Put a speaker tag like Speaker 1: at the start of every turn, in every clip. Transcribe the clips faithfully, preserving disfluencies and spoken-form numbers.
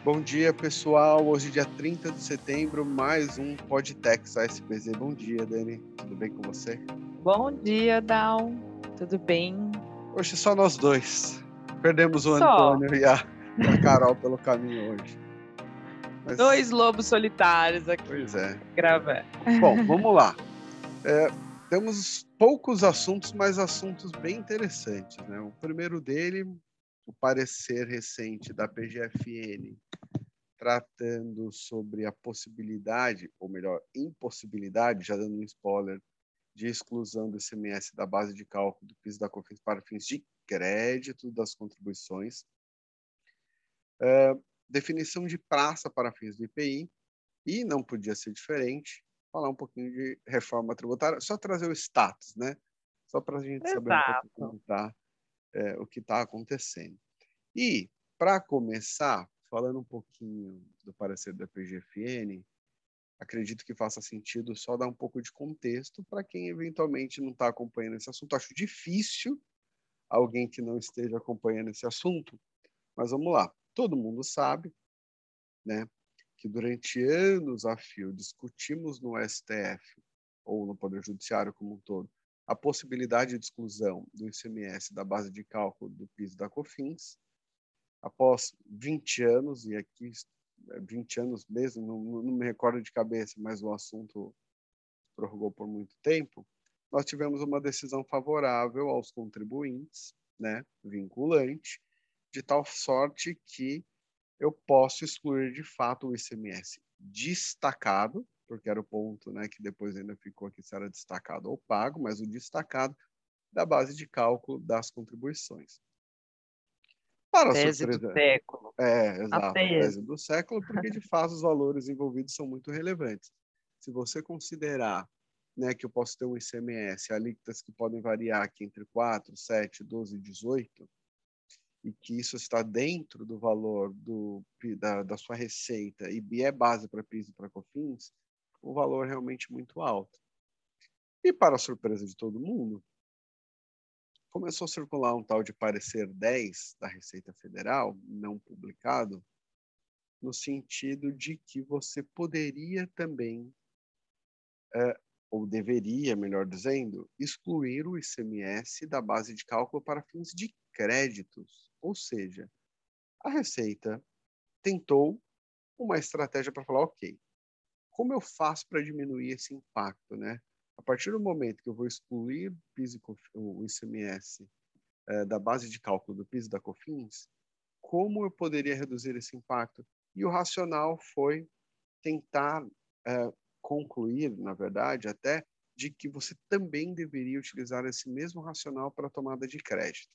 Speaker 1: Bom dia, pessoal. Hoje, dia trinta de setembro, mais um Podtex A S B Z. Bom dia, Dani. Tudo bem com você?
Speaker 2: Bom dia, Dal. Tudo bem?
Speaker 1: Hoje só nós dois. Perdemos o
Speaker 2: Só.
Speaker 1: Antônio e a, e a Carol pelo caminho hoje. Mas...
Speaker 2: Dois lobos solitários aqui.
Speaker 1: Pois é.
Speaker 2: Gravando.
Speaker 1: Bom, vamos lá. É, temos poucos assuntos, mas assuntos bem interessantes, né? O primeiro dele, o parecer recente da P G F N, tratando sobre a possibilidade, ou melhor, impossibilidade, já dando um spoiler, de exclusão do I C M S da base de cálculo do PIS e da COFINS para fins de crédito das contribuições, uh, definição de praça para fins do I P I, e não podia ser diferente, falar um pouquinho de reforma tributária, só trazer o status, né? Só para a gente
Speaker 2: Exato.
Speaker 1: saber um pouco como tá, é, o que está acontecendo. E, para começar, falando um pouquinho do parecer da P G F N, acredito que faça sentido só dar um pouco de contexto para quem eventualmente não está acompanhando esse assunto. Acho difícil alguém que não esteja acompanhando esse assunto, mas vamos lá. Todo mundo sabe, né, que durante anos a fio discutimos no S T F ou no Poder Judiciário como um todo a possibilidade de exclusão do I C M S da base de cálculo do PIS e da COFINS. Após vinte anos, e aqui vinte anos mesmo, não, não me recordo de cabeça, mas o assunto prorrogou por muito tempo, nós tivemos uma decisão favorável aos contribuintes, né, vinculante, de tal sorte que eu posso excluir de fato o I C M S destacado, porque era o ponto, né, que depois ainda ficou aqui se era destacado ou pago, mas o destacado da base de cálculo das contribuições. Para a
Speaker 2: tese
Speaker 1: surpresa...
Speaker 2: do século.
Speaker 1: É, exato,
Speaker 2: a
Speaker 1: tese.
Speaker 2: tese
Speaker 1: do século, porque de fato os valores envolvidos são muito relevantes. Se você considerar, né, que eu posso ter um I C M S, alíquotas que podem variar aqui entre quatro, sete, doze e dezoito, e que isso está dentro do valor do, da, da sua receita e é base para PIS e para COFINS, o valor é realmente muito alto. E para a surpresa de todo mundo, começou a circular um tal de parecer dez da Receita Federal, não publicado, no sentido de que você poderia também, é, ou deveria, melhor dizendo, excluir o I C M S da base de cálculo para fins de créditos. Ou seja, a Receita tentou uma estratégia para falar, ok, como eu faço para diminuir esse impacto, né? A partir do momento que eu vou excluir o I C M S é, da base de cálculo do PIS e da COFINS, como eu poderia reduzir esse impacto? E o racional foi tentar é, concluir, na verdade, até de que você também deveria utilizar esse mesmo racional para a tomada de crédito.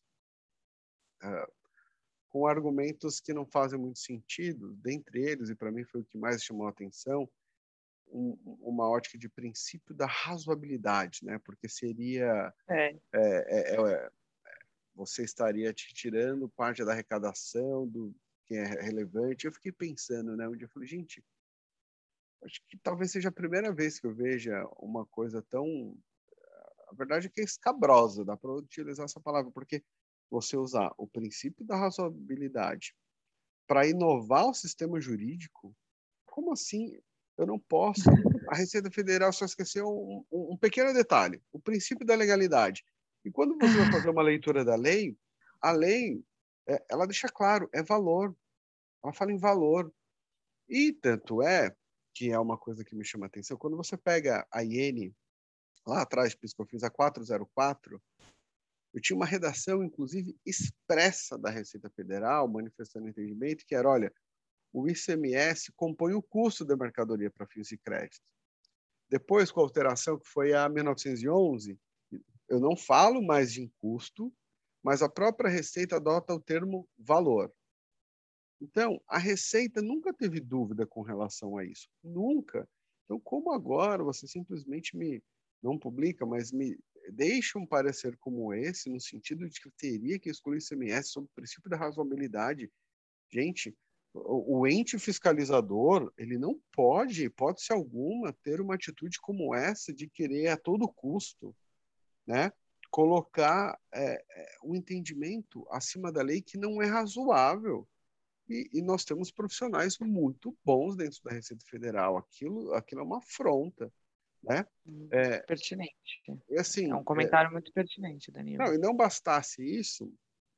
Speaker 1: É, com argumentos que não fazem muito sentido, dentre eles, e para mim foi o que mais chamou a atenção, um, uma ótica de princípio da razoabilidade, né? Porque seria...
Speaker 2: É.
Speaker 1: É, é, é, você estaria te tirando parte da arrecadação do que é relevante. Eu fiquei pensando, né? Um dia eu falei, gente, acho que talvez seja a primeira vez que eu veja uma coisa tão... A verdade é que é escabrosa, dá para utilizar essa palavra, porque você usar o princípio da razoabilidade para inovar o sistema jurídico, como assim? Eu não posso... A Receita Federal só esqueceu um, um, um pequeno detalhe, o princípio da legalidade. E quando você vai fazer uma leitura da lei, a lei, ela deixa claro, é valor. Ela fala em valor. E tanto é que é uma coisa que me chama a atenção, quando você pega a I N, lá atrás, que eu fiz a quatrocentos e quatro, eu tinha uma redação, inclusive, expressa da Receita Federal, manifestando entendimento, que era, olha, o I C M S compõe o custo da mercadoria para fins de crédito. Depois, com a alteração que foi a mil novecentos e onze, eu não falo mais de custo, mas a própria Receita adota o termo valor. Então, a Receita nunca teve dúvida com relação a isso. Nunca. Então, como agora você simplesmente me não publica, mas me deixa um parecer como esse, no sentido de que eu teria que excluir o I C M S sob o princípio da razoabilidade? Gente, o, o ente fiscalizador, ele não pode, hipótese alguma, ter uma atitude como essa de querer a todo custo, né, colocar é, um entendimento acima da lei que não é razoável. E, e nós temos profissionais muito bons dentro da Receita Federal. Aquilo, aquilo é uma afronta, né? É,
Speaker 2: Pertinente.
Speaker 1: e assim,
Speaker 2: É um
Speaker 1: é,
Speaker 2: comentário muito pertinente, Danilo.
Speaker 1: não, e não bastasse isso,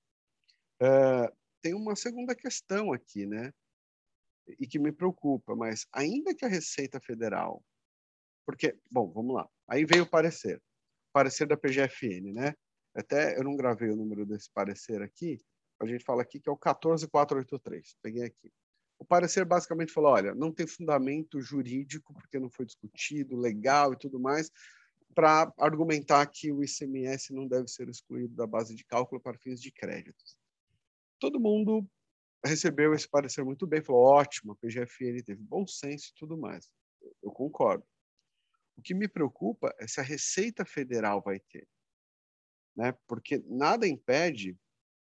Speaker 1: é, tem uma segunda questão aqui, né? E que me preocupa, mas ainda que a Receita Federal, porque, bom, vamos lá, aí veio o parecer, parecer da P G F N, né? Até eu não gravei o número desse parecer aqui, a gente fala aqui que é o quatorze mil quatrocentos e oitenta e três, peguei aqui. O parecer basicamente falou, olha, não tem fundamento jurídico, porque não foi discutido, legal e tudo mais, para argumentar que o I C M S não deve ser excluído da base de cálculo para fins de créditos. Todo mundo recebeu esse parecer muito bem, falou, ótimo, a P G F N teve bom senso e tudo mais. Eu concordo. O que me preocupa é se a Receita Federal vai ter, né? Porque nada impede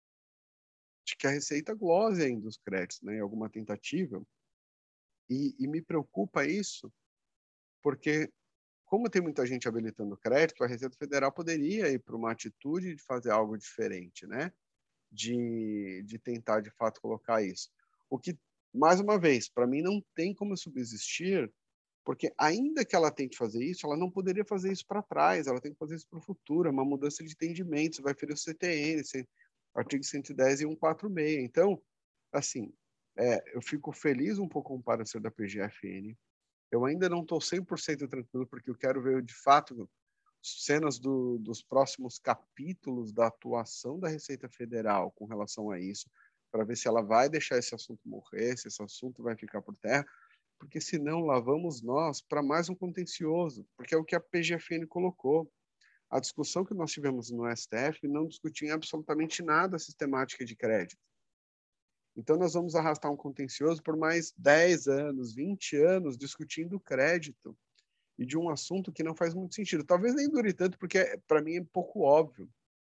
Speaker 1: de que a Receita glose ainda os créditos, né? Em alguma tentativa. E, e me preocupa isso, porque como tem muita gente habilitando crédito, a Receita Federal poderia ir para uma atitude de fazer algo diferente, né? De, de tentar, de fato, colocar isso. O que, mais uma vez, para mim não tem como subsistir, porque ainda que ela tente fazer isso, ela não poderia fazer isso para trás, ela tem que fazer isso para o futuro, é uma mudança de entendimento, vai ferir o C T N, artigo cento e dez e cento e quarenta e seis. Então, assim, é, eu fico feliz um pouco com o parecer da P G F N. Eu ainda não estou cem por cento tranquilo, porque eu quero ver, de fato, cenas do, dos próximos capítulos da atuação da Receita Federal com relação a isso, para ver se ela vai deixar esse assunto morrer, se esse assunto vai ficar por terra, porque senão lá vamos nós para mais um contencioso, porque é o que a P G F N colocou. A discussão que nós tivemos no S T F não discutia absolutamente nada a sistemática de crédito. Então, nós vamos arrastar um contencioso por mais dez anos, vinte anos, discutindo crédito e de um assunto que não faz muito sentido. Talvez nem dure tanto, porque, para mim, é pouco óbvio,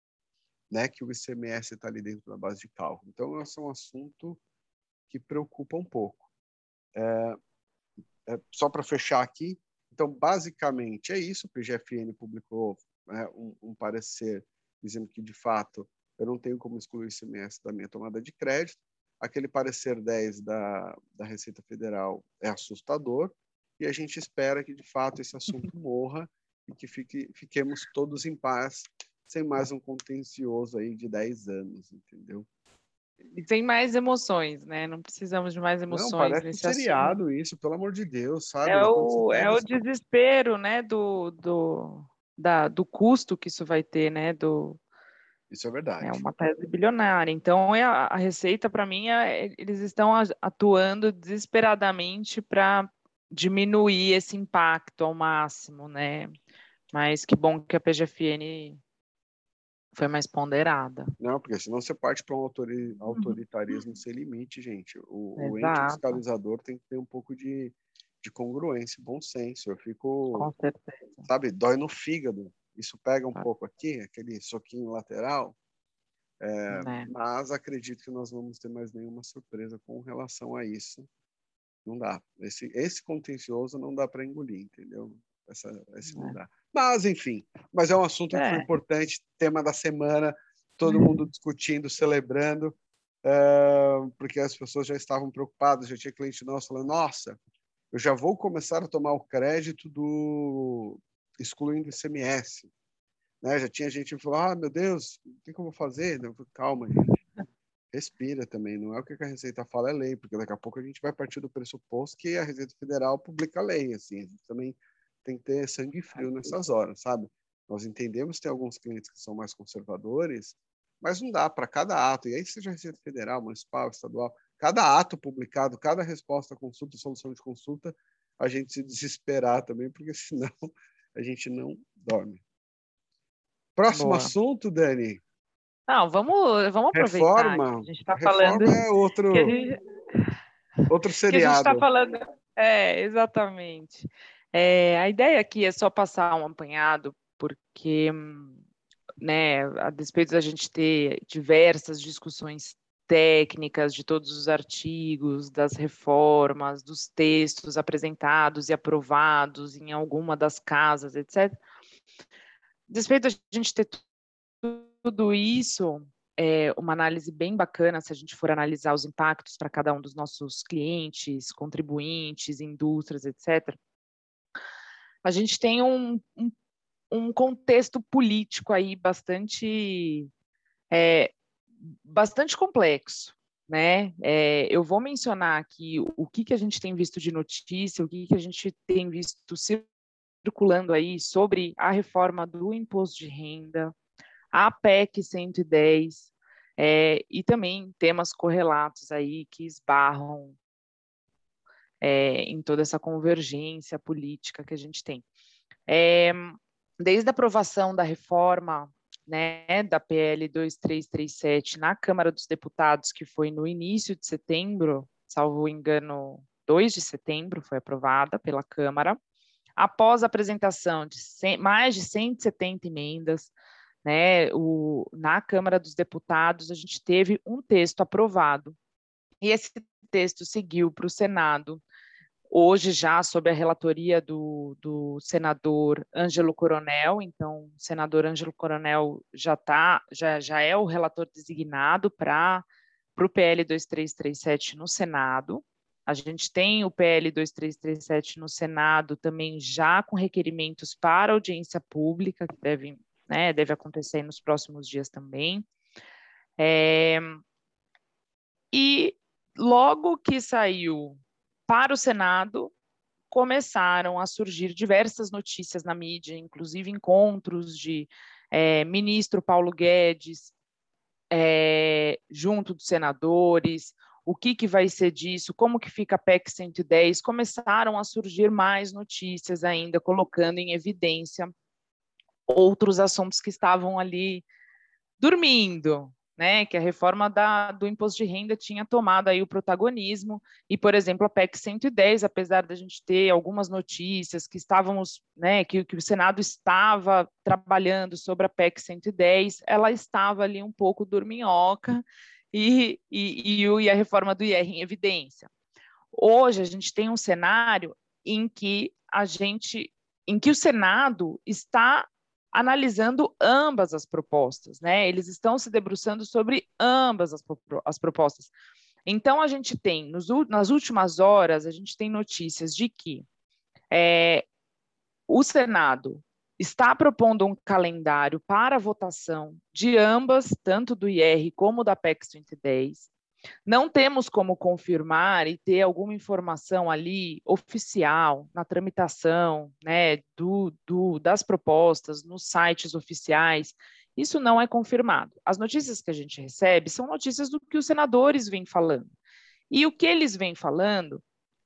Speaker 1: né, que o I C M S está ali dentro da base de cálculo. Então, esse é um assunto que preocupa um pouco. É, é, só para fechar aqui, então, basicamente, é isso. O P G F N publicou, né, um, um parecer dizendo que, de fato, eu não tenho como excluir o I C M S da minha tomada de crédito. Aquele parecer dez da, da Receita Federal é assustador, e a gente espera que, de fato, esse assunto morra e que fique, fiquemos todos em paz, sem mais um contencioso aí de dez anos, entendeu?
Speaker 2: E sem mais emoções, né? Não precisamos de mais
Speaker 1: Não,
Speaker 2: emoções
Speaker 1: parece um
Speaker 2: nesse assunto.
Speaker 1: seriado isso, pelo amor de Deus, sabe?
Speaker 2: É
Speaker 1: Quando você
Speaker 2: o,
Speaker 1: tem
Speaker 2: é o
Speaker 1: esse...
Speaker 2: desespero, né, do, do, da, do custo que isso vai ter, né, do,
Speaker 1: Isso é
Speaker 2: é
Speaker 1: verdade.
Speaker 2: uma tese bilionária. Então, é a, a Receita, para mim, é, eles estão atuando desesperadamente para diminuir esse impacto ao máximo, né? Mas que bom que a P G F N foi mais ponderada.
Speaker 1: Não, porque senão você parte para um autori... autoritarismo sem limite, gente. O, o ente
Speaker 2: Exato,
Speaker 1: fiscalizador tem que ter um pouco de, de congruência, bom senso. Eu fico,
Speaker 2: com certeza.
Speaker 1: sabe, dói no fígado. Isso pega um pouco aqui, aquele soquinho lateral. É,
Speaker 2: Né?
Speaker 1: mas acredito que nós vamos ter mais nenhuma surpresa com relação a isso. Não dá. Esse, esse contencioso não dá para engolir, entendeu? Essa, esse não dá. Mas, enfim, mas é um assunto que foi
Speaker 2: É.
Speaker 1: importante, tema da semana, todo mundo discutindo, celebrando, uh, porque as pessoas já estavam preocupadas, já tinha cliente nosso falando, nossa, eu já vou começar a tomar o crédito do excluindo o I C M S. Né? Já tinha gente que falou, ah, meu Deus, o que, que eu vou fazer? Eu falei, calma, gente. Respira também, não é o que a Receita fala, é lei, porque daqui a pouco a gente vai partir do pressuposto que a Receita Federal publica a lei, assim, a gente também tem que ter sangue frio nessas horas, sabe? Nós entendemos que tem alguns clientes que são mais conservadores, mas não dá para cada ato, e aí seja Receita Federal, municipal, estadual, cada ato publicado, cada resposta à consulta, solução de consulta, a gente se desesperar também, porque senão a gente não dorme. Próximo
Speaker 2: Boa.
Speaker 1: assunto, Dani.
Speaker 2: Não, vamos, vamos aproveitar
Speaker 1: Reforma.
Speaker 2: que a gente está falando.
Speaker 1: Reforma é outro,
Speaker 2: que a gente,
Speaker 1: outro
Speaker 2: que a gente está
Speaker 1: seriado.
Speaker 2: falando. É, exatamente. É, a ideia aqui é só passar um apanhado, porque, né, a despeito da gente ter diversas discussões técnicas de todos os artigos, das reformas, dos textos apresentados e aprovados em alguma das casas, etcétera. A despeito da gente ter tudo isso, é, uma análise bem bacana, se a gente for analisar os impactos para cada um dos nossos clientes, contribuintes, indústrias, etcétera. A gente tem um, um, um contexto político aí bastante, é, bastante complexo, né? É, eu vou mencionar aqui o, o que, que a gente tem visto de notícia, o que, que a gente tem visto circulando aí sobre a reforma do imposto de renda, a P E C cento e dez, é, e também temas correlatos aí que esbarram é, em toda essa convergência política que a gente tem. É, desde a aprovação da reforma, né, da P L dois três três sete na Câmara dos Deputados, que foi no início de setembro, salvo engano, dois de setembro, foi aprovada pela Câmara, após a apresentação de cem, mais de cento e setenta emendas, né, o, na Câmara dos Deputados, a gente teve um texto aprovado, e esse texto seguiu para o Senado, hoje já sob a relatoria do, do senador Ângelo Coronel. Então, o senador Ângelo Coronel já, tá, já, já é o relator designado para o P L dois três três sete no Senado. A gente tem o P L dois três três sete no Senado também já com requerimentos para audiência pública, que deve, né, deve acontecer nos próximos dias também. É, e logo que saiu para o Senado, começaram a surgir diversas notícias na mídia, inclusive encontros de é, ministro Paulo Guedes é, junto dos senadores, o que, que vai ser disso, como que fica a P E C cento e dez, começaram a surgir mais notícias ainda, colocando em evidência outros assuntos que estavam ali dormindo, né, que a reforma da, do imposto de renda tinha tomado aí o protagonismo, e, por exemplo, a P E C cento e dez, apesar da gente ter algumas notícias que estávamos, né, que, que o Senado estava trabalhando sobre a P E C cento e dez, ela estava ali um pouco dorminhoca, e, e, e, e a reforma do I R em evidência. Hoje a gente tem um cenário em que a gente, em que o Senado está analisando ambas as propostas, né? Eles estão se debruçando sobre ambas as, as propostas. Então, a gente tem, nos, nas últimas horas, a gente tem notícias de que é, o Senado está propondo um calendário para a votação de ambas, tanto do I R como da P E C cento e dez. Não temos como confirmar e ter alguma informação ali oficial na tramitação, né, do, do, das propostas nos sites oficiais. Isso não é confirmado. As notícias que a gente recebe são notícias do que os senadores vêm falando. E o que eles vêm falando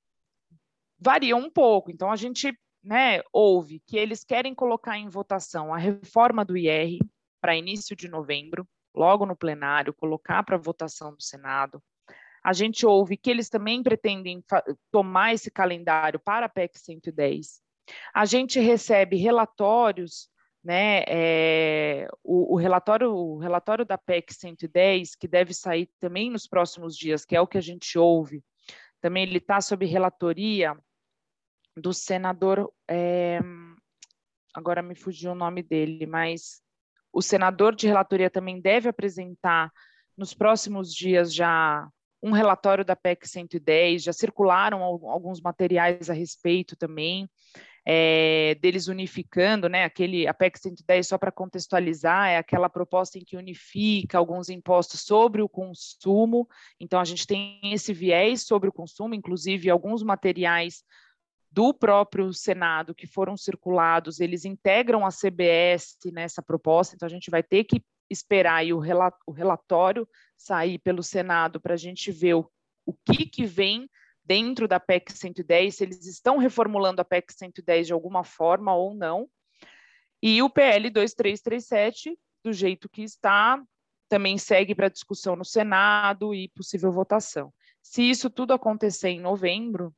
Speaker 2: varia um pouco. Então, a gente, né, ouve que eles querem colocar em votação a reforma do I R para início de novembro, logo no plenário, colocar para votação do Senado. A gente ouve que eles também pretendem tomar esse calendário para a P E C cento e dez. A gente recebe relatórios, né, é, o, o, relatório, o relatório da P E C cento e dez, que deve sair também nos próximos dias, que é o que a gente ouve, também ele está sob relatoria do senador, é, agora me fugiu o nome dele, mas o senador de relatoria também deve apresentar nos próximos dias já um relatório da P E C cento e dez, já circularam alguns materiais a respeito também, é, deles unificando, né, aquele, a P E C cento e dez, só para contextualizar, é aquela proposta em que unifica alguns impostos sobre o consumo, então a gente tem esse viés sobre o consumo, inclusive alguns materiais do próprio Senado que foram circulados, eles integram a C B S nessa proposta, então a gente vai ter que esperar aí o, relato, o relatório sair pelo Senado para a gente ver o, o que, que vem dentro da P E C cento e dez, se eles estão reformulando a P E C cento e dez de alguma forma ou não, e o P L dois três três sete, do jeito que está, também segue para discussão no Senado e possível votação. Se isso tudo acontecer em novembro,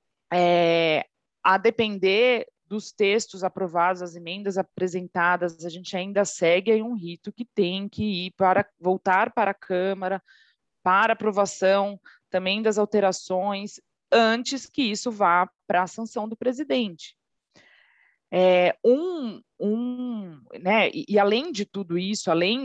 Speaker 2: É, a depender dos textos aprovados, as emendas apresentadas, a gente ainda segue aí um rito que tem que ir para voltar para a Câmara, para aprovação também das alterações, antes que isso vá para a sanção do presidente. É, um, um, né, e, e além de tudo isso, além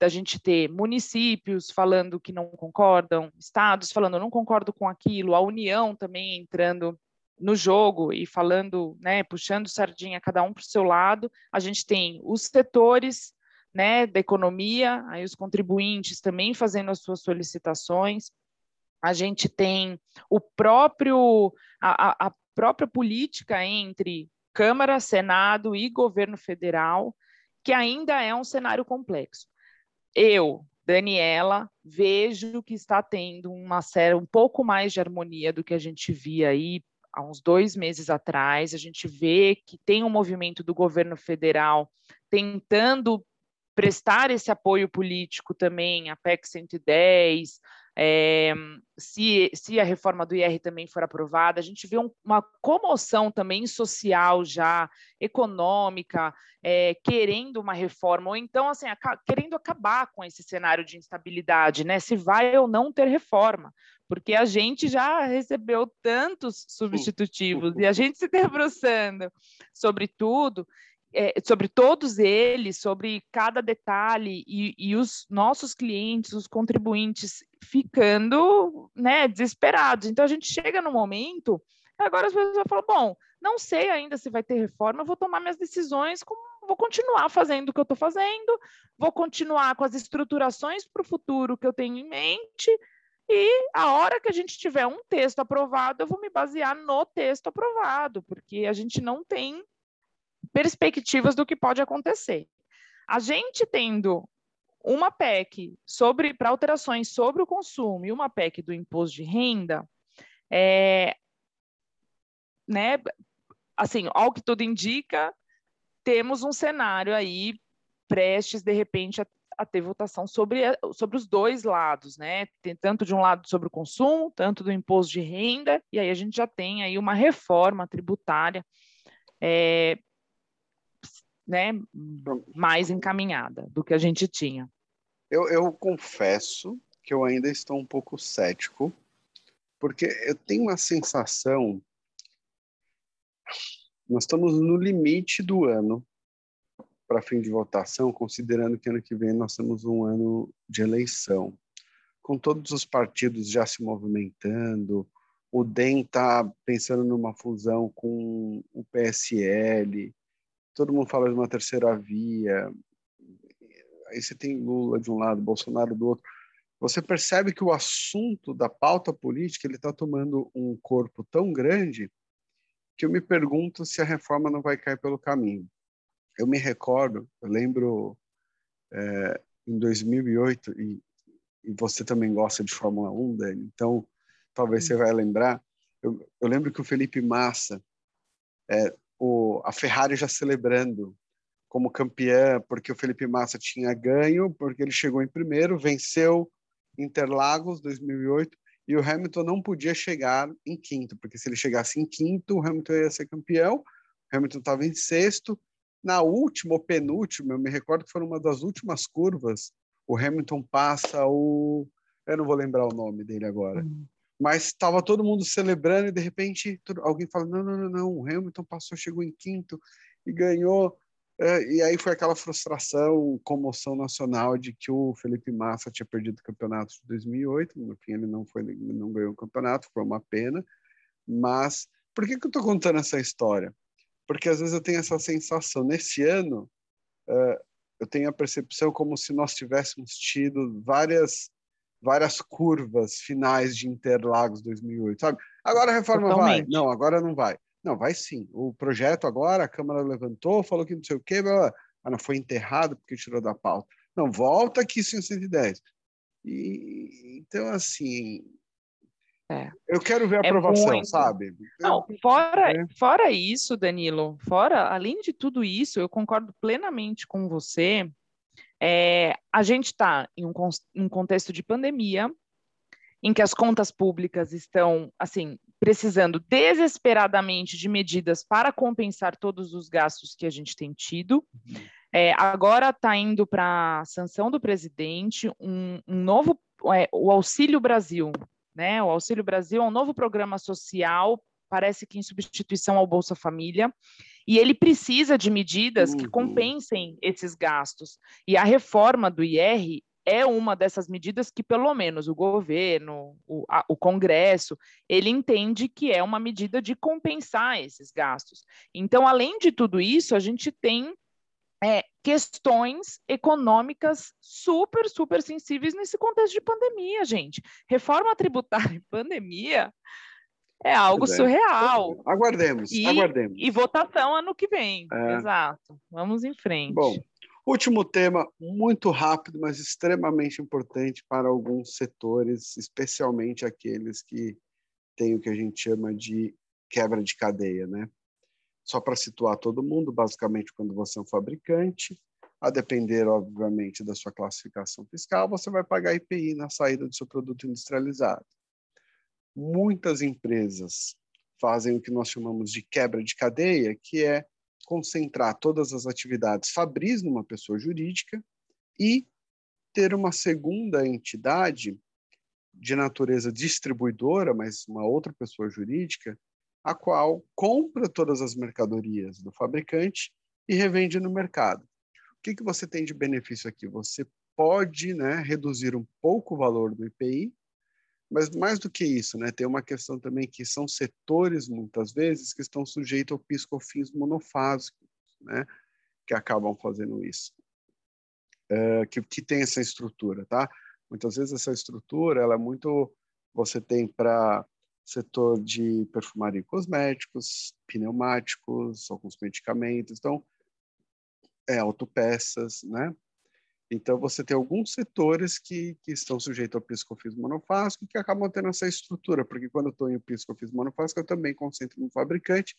Speaker 2: da gente ter municípios falando que não concordam, estados falando não concordo com aquilo, a União também entrando no jogo e falando, né, puxando sardinha cada um para o seu lado. A gente tem os setores, né, da economia, aí os contribuintes também fazendo as suas solicitações. A gente tem o próprio, a, a própria política entre Câmara, Senado e governo federal, que ainda é um cenário complexo. Eu, Daniela, vejo que está tendo uma série, um pouco mais de harmonia do que a gente via aí há uns dois meses atrás. A gente vê que tem um movimento do governo federal tentando prestar esse apoio político também, a P E C cento e dez, é, se, se a reforma do I R também for aprovada, a gente vê um, uma comoção também social já, econômica, é, querendo uma reforma, ou então, assim, a, querendo acabar com esse cenário de instabilidade, né? Se vai ou não ter reforma, porque a gente já recebeu tantos substitutivos e a gente se debruçando sobre tudo, É, sobre todos eles, sobre cada detalhe, e, e os nossos clientes, os contribuintes, ficando, né, desesperados. Então, a gente chega no momento, agora as pessoas falam, bom, não sei ainda se vai ter reforma, eu vou tomar minhas decisões, como, vou continuar fazendo o que eu estou fazendo, vou continuar com as estruturações para o futuro que eu tenho em mente, e a hora que a gente tiver um texto aprovado, eu vou me basear no texto aprovado, porque a gente não tem perspectivas do que pode acontecer. A gente tendo uma P E C sobre, para alterações sobre o consumo e uma P E C do imposto de renda, é, né, assim, ao que tudo indica, temos um cenário aí prestes, de repente, a, a ter votação sobre, sobre os dois lados, né? Tem tanto de um lado sobre o consumo, tanto do imposto de renda, e aí a gente já tem aí uma reforma tributária é, né, mais encaminhada do que a gente tinha.
Speaker 1: Eu, eu confesso que eu ainda estou um pouco cético, porque eu tenho uma sensação, nós estamos no limite do ano para fim de votação, considerando que ano que vem nós temos um ano de eleição, com todos os partidos já se movimentando, o D E M está pensando numa fusão com o P S L, todo mundo fala de uma terceira via, aí você tem Lula de um lado, Bolsonaro do outro. Você percebe que o assunto da pauta política ele está tomando um corpo tão grande que eu me pergunto se a reforma não vai cair pelo caminho. Eu me recordo, eu lembro é, em dois mil e oito, e, e você também gosta de Fórmula um, Dani, então talvez você vai lembrar, eu, eu lembro que o Felipe Massa, é, o, a Ferrari já celebrando como campeã, porque o Felipe Massa tinha ganho, porque ele chegou em primeiro, venceu Interlagos dois mil e oito, e o Hamilton não podia chegar em quinto, porque se ele chegasse em quinto, o Hamilton ia ser campeão, o Hamilton estava em sexto, na última ou penúltima, eu me recordo que foi uma das últimas curvas, o Hamilton passa o... eu não vou lembrar o nome dele agora, uhum. Mas estava todo mundo celebrando e de repente alguém fala, não, não, não, não, o Hamilton passou, chegou em quinto e ganhou. É, e aí foi aquela frustração, comoção nacional de que o Felipe Massa tinha perdido o campeonato de dois mil e oito, no fim ele não, foi, não ganhou o campeonato, foi uma pena, mas por que, que eu estou contando essa história? Porque às vezes eu tenho essa sensação, nesse ano, uh, eu tenho a percepção como se nós tivéssemos tido várias, várias curvas finais de Interlagos dois mil e oito, sabe? Agora a reforma Totalmente. vai? Não, agora não vai. Não, vai sim. O projeto agora, a Câmara levantou, falou que não sei o quê, blá, blá. Ah, não, foi enterrado porque tirou da pauta. Não, volta aqui cento e dez. E, então, assim, é. eu quero ver a aprovação, é muito... sabe?
Speaker 2: Não, fora, é. fora isso, Danilo, fora, além de tudo isso, eu concordo plenamente com você, é, a gente está em um, um contexto de pandemia, em que as contas públicas estão, assim, precisando desesperadamente de medidas para compensar todos os gastos que a gente tem tido. Uhum. É, agora está indo para a sanção do presidente um, um novo, é, o Auxílio Brasil, né? O Auxílio Brasil é um novo programa social, parece que em substituição ao Bolsa Família, E ele precisa de medidas que
Speaker 1: Uhum.
Speaker 2: compensem esses gastos. E a reforma do I R é uma dessas medidas que, pelo menos, o governo, o, a, o Congresso, ele entende que é uma medida de compensar esses gastos. Então, além de tudo isso, a gente tem é, questões econômicas super, super sensíveis nesse contexto de pandemia, gente. Reforma tributária em pandemia é algo
Speaker 1: Pois é.
Speaker 2: surreal.
Speaker 1: Aguardemos,
Speaker 2: E,
Speaker 1: aguardemos.
Speaker 2: e votação ano que vem.
Speaker 1: É.
Speaker 2: Exato. Vamos em frente.
Speaker 1: Bom, último tema, muito rápido, mas extremamente importante para alguns setores, especialmente aqueles que têm o que a gente chama de quebra de cadeia, né? Só para situar todo mundo, basicamente, quando você é um fabricante, a depender, obviamente, da sua classificação fiscal, você vai pagar I P I na saída do seu produto industrializado. Muitas empresas fazem o que nós chamamos de quebra de cadeia, que é concentrar todas as atividades fabris numa pessoa jurídica e ter uma segunda entidade de natureza distribuidora, mas uma outra pessoa jurídica, a qual compra todas as mercadorias do fabricante e revende no mercado. O que, que você tem de benefício aqui? Você pode, né, reduzir um pouco o valor do I P I, mas mais do que isso, né, tem uma questão também que são setores, muitas vezes, que estão sujeitos ao PIS/COFINS monofásico, né, que acabam fazendo isso, é, que, que tem essa estrutura, tá? Muitas vezes essa estrutura, ela é muito, você tem para setor de perfumaria e cosméticos, pneumáticos, alguns medicamentos, então, é, autopeças, né? Então, você tem alguns setores que, que estão sujeitos ao PIS/COFINS monofásico que acabam tendo essa estrutura, porque quando eu estou em PIS/COFINS monofásico, eu também concentro no fabricante.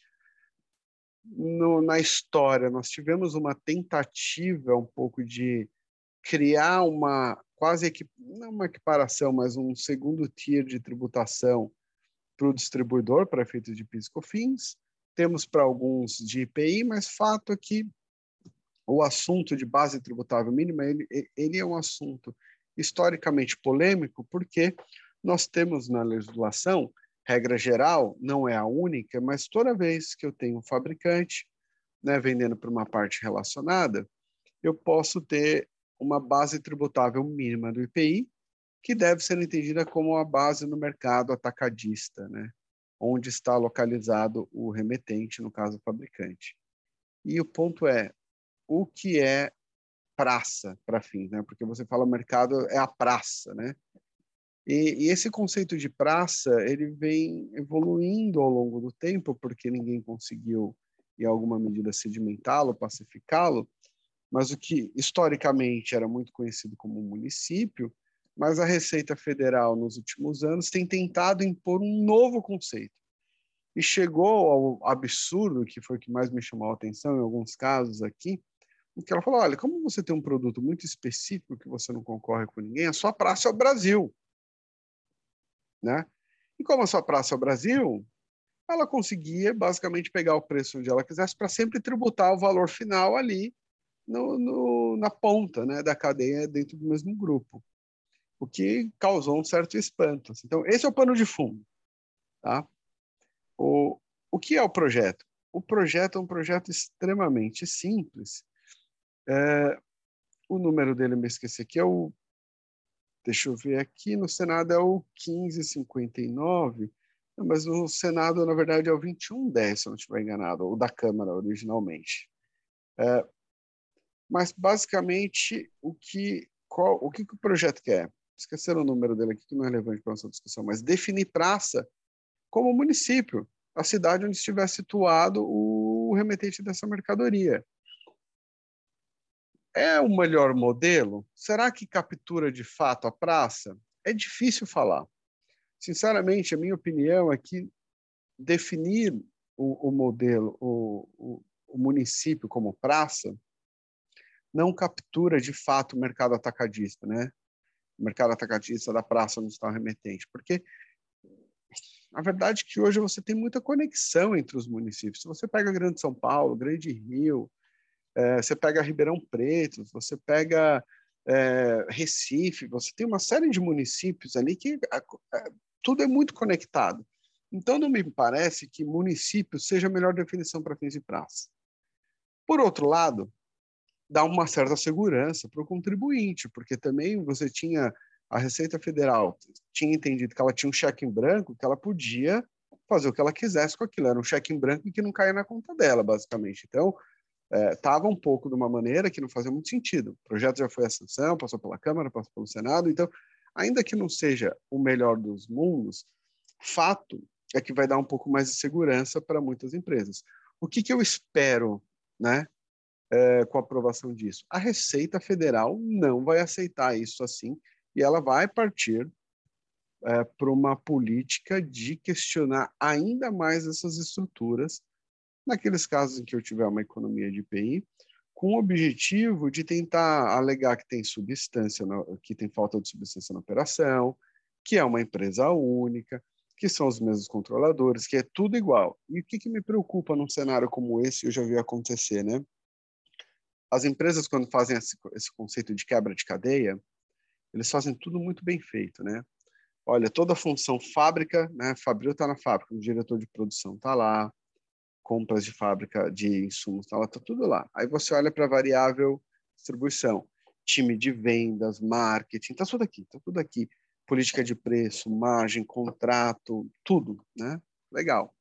Speaker 1: No, na história, nós tivemos uma tentativa um pouco de criar uma, quase, não uma equiparação, mas um segundo tier de tributação para o distribuidor, para efeitos de PIS/COFINS. Temos para alguns de I P I, mas fato é que o assunto de base tributável mínima, ele, ele é um assunto historicamente polêmico, porque nós temos na legislação, regra geral, não é a única, mas toda vez que eu tenho um fabricante, né, vendendo para uma parte relacionada, eu posso ter uma base tributável mínima do I P I, que deve ser entendida como a base no mercado atacadista, né, onde está localizado o remetente, no caso o fabricante. E o ponto é, o que é praça para fins, né? Porque você fala mercado é a praça, né? E, e esse conceito de praça, ele vem evoluindo ao longo do tempo, porque ninguém conseguiu, em alguma medida, sedimentá-lo, pacificá-lo, mas o que historicamente era muito conhecido como município, mas a Receita Federal, nos últimos anos, tem tentado impor um novo conceito. E chegou ao absurdo, que foi o que mais me chamou a atenção em alguns casos aqui, que ela falou, olha, como você tem um produto muito específico que você não concorre com ninguém, a sua praça é o Brasil. Né? E como a sua praça é o Brasil, ela conseguia basicamente pegar o preço onde ela quisesse para sempre tributar o valor final ali no, no, na ponta, né, da cadeia dentro do mesmo grupo, o que causou um certo espanto. Então, esse é o pano de fundo. Tá? O, o que é o projeto? O projeto é um projeto extremamente simples. É, o número dele, eu me esqueci aqui, é o, deixa eu ver aqui, no Senado é o quinze cinquenta e nove, mas no Senado, na verdade, é o vinte e um dez, se eu não estiver enganado, ou da Câmara, originalmente. É, mas, basicamente, o que, qual, o que, que o projeto quer? Esqueceram o número dele aqui, que não é relevante para a nossa discussão, mas definir praça como município, a cidade onde estiver situado o remetente dessa mercadoria. É o melhor modelo? Será que captura de fato a praça? É difícil falar. Sinceramente, a minha opinião é que definir o, o modelo, o, o, o município como praça, não captura de fato o mercado atacadista, né? O mercado atacadista da praça onde está o remetente. Porque a verdade é que hoje você tem muita conexão entre os municípios. Se você pega Grande São Paulo, Grande Rio, é, você pega Ribeirão Preto, você pega é, Recife, você tem uma série de municípios ali que a, a, tudo é muito conectado. Então, não me parece que município seja a melhor definição para fins de praça. Por outro lado, dá uma certa segurança para o contribuinte, porque também você tinha a Receita Federal tinha entendido que ela tinha um cheque em branco, que ela podia fazer o que ela quisesse com aquilo. Era um cheque em branco que não caía na conta dela, basicamente. Então, estava é, um pouco de uma maneira que não fazia muito sentido. O projeto já foi à sanção, passou pela Câmara, passou pelo Senado. Então, ainda que não seja o melhor dos mundos, fato é que vai dar um pouco mais de segurança para muitas empresas. O que, que eu espero, né, é, com a aprovação disso? A Receita Federal não vai aceitar isso assim, e ela vai partir é, para uma política de questionar ainda mais essas estruturas, naqueles casos em que eu tiver uma economia de I P I, com o objetivo de tentar alegar que tem substância, no, que tem falta de substância na operação, que é uma empresa única, que são os mesmos controladores, que é tudo igual. E o que, que me preocupa num cenário como esse, eu já vi acontecer, né? As empresas, quando fazem esse, esse conceito de quebra de cadeia, eles fazem tudo muito bem feito, né? Olha, toda a função fábrica, né? Fabril está na fábrica, o diretor de produção está lá, compras de fábrica de insumos, está tá tudo lá. Aí você olha para a variável distribuição, time de vendas, marketing, está tudo aqui, está tudo aqui. Política de preço, margem, contrato, tudo, né? Legal.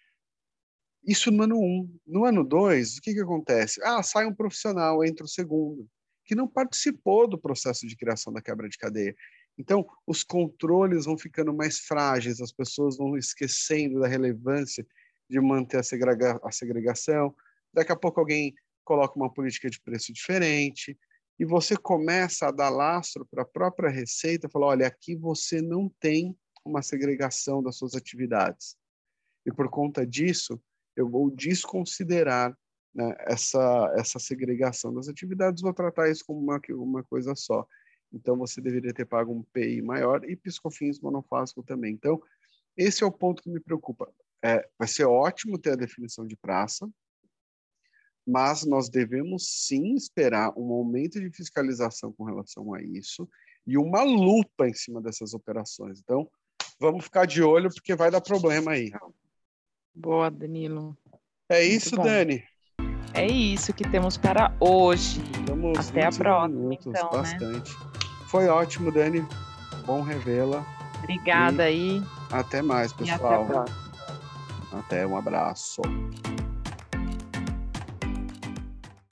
Speaker 1: Isso no ano um. No ano dois, o que, que acontece? Ah, sai um profissional, entra o segundo, que não participou do processo de criação da quebra de cadeia. Então, os controles vão ficando mais frágeis, as pessoas vão esquecendo da relevância de manter a, segrega a segregação. Daqui a pouco alguém coloca uma política de preço diferente e você começa a dar lastro para a própria Receita, falar, olha, aqui você não tem uma segregação das suas atividades. E por conta disso, eu vou desconsiderar, né, essa, essa segregação das atividades, vou tratar isso como uma, uma coisa só. Então, você deveria ter pago um P I maior e PiscoFins monofásico também. Então, esse é o ponto que me preocupa. É, vai ser ótimo ter a definição de praça, mas nós devemos sim esperar um aumento de fiscalização com relação a isso e uma lupa em cima dessas operações. Então, vamos ficar de olho porque vai dar problema aí.
Speaker 2: Boa, Danilo.
Speaker 1: É Muito isso, bom. Dani?
Speaker 2: É isso que temos para hoje.
Speaker 1: Estamos
Speaker 2: Até a próxima,
Speaker 1: minutos,
Speaker 2: então,
Speaker 1: bastante.
Speaker 2: Né?
Speaker 1: Foi ótimo, Dani. Bom revê-la.
Speaker 2: Obrigada
Speaker 1: e
Speaker 2: aí.
Speaker 1: Até mais, pessoal.
Speaker 2: E até a próxima.
Speaker 1: Até, um abraço.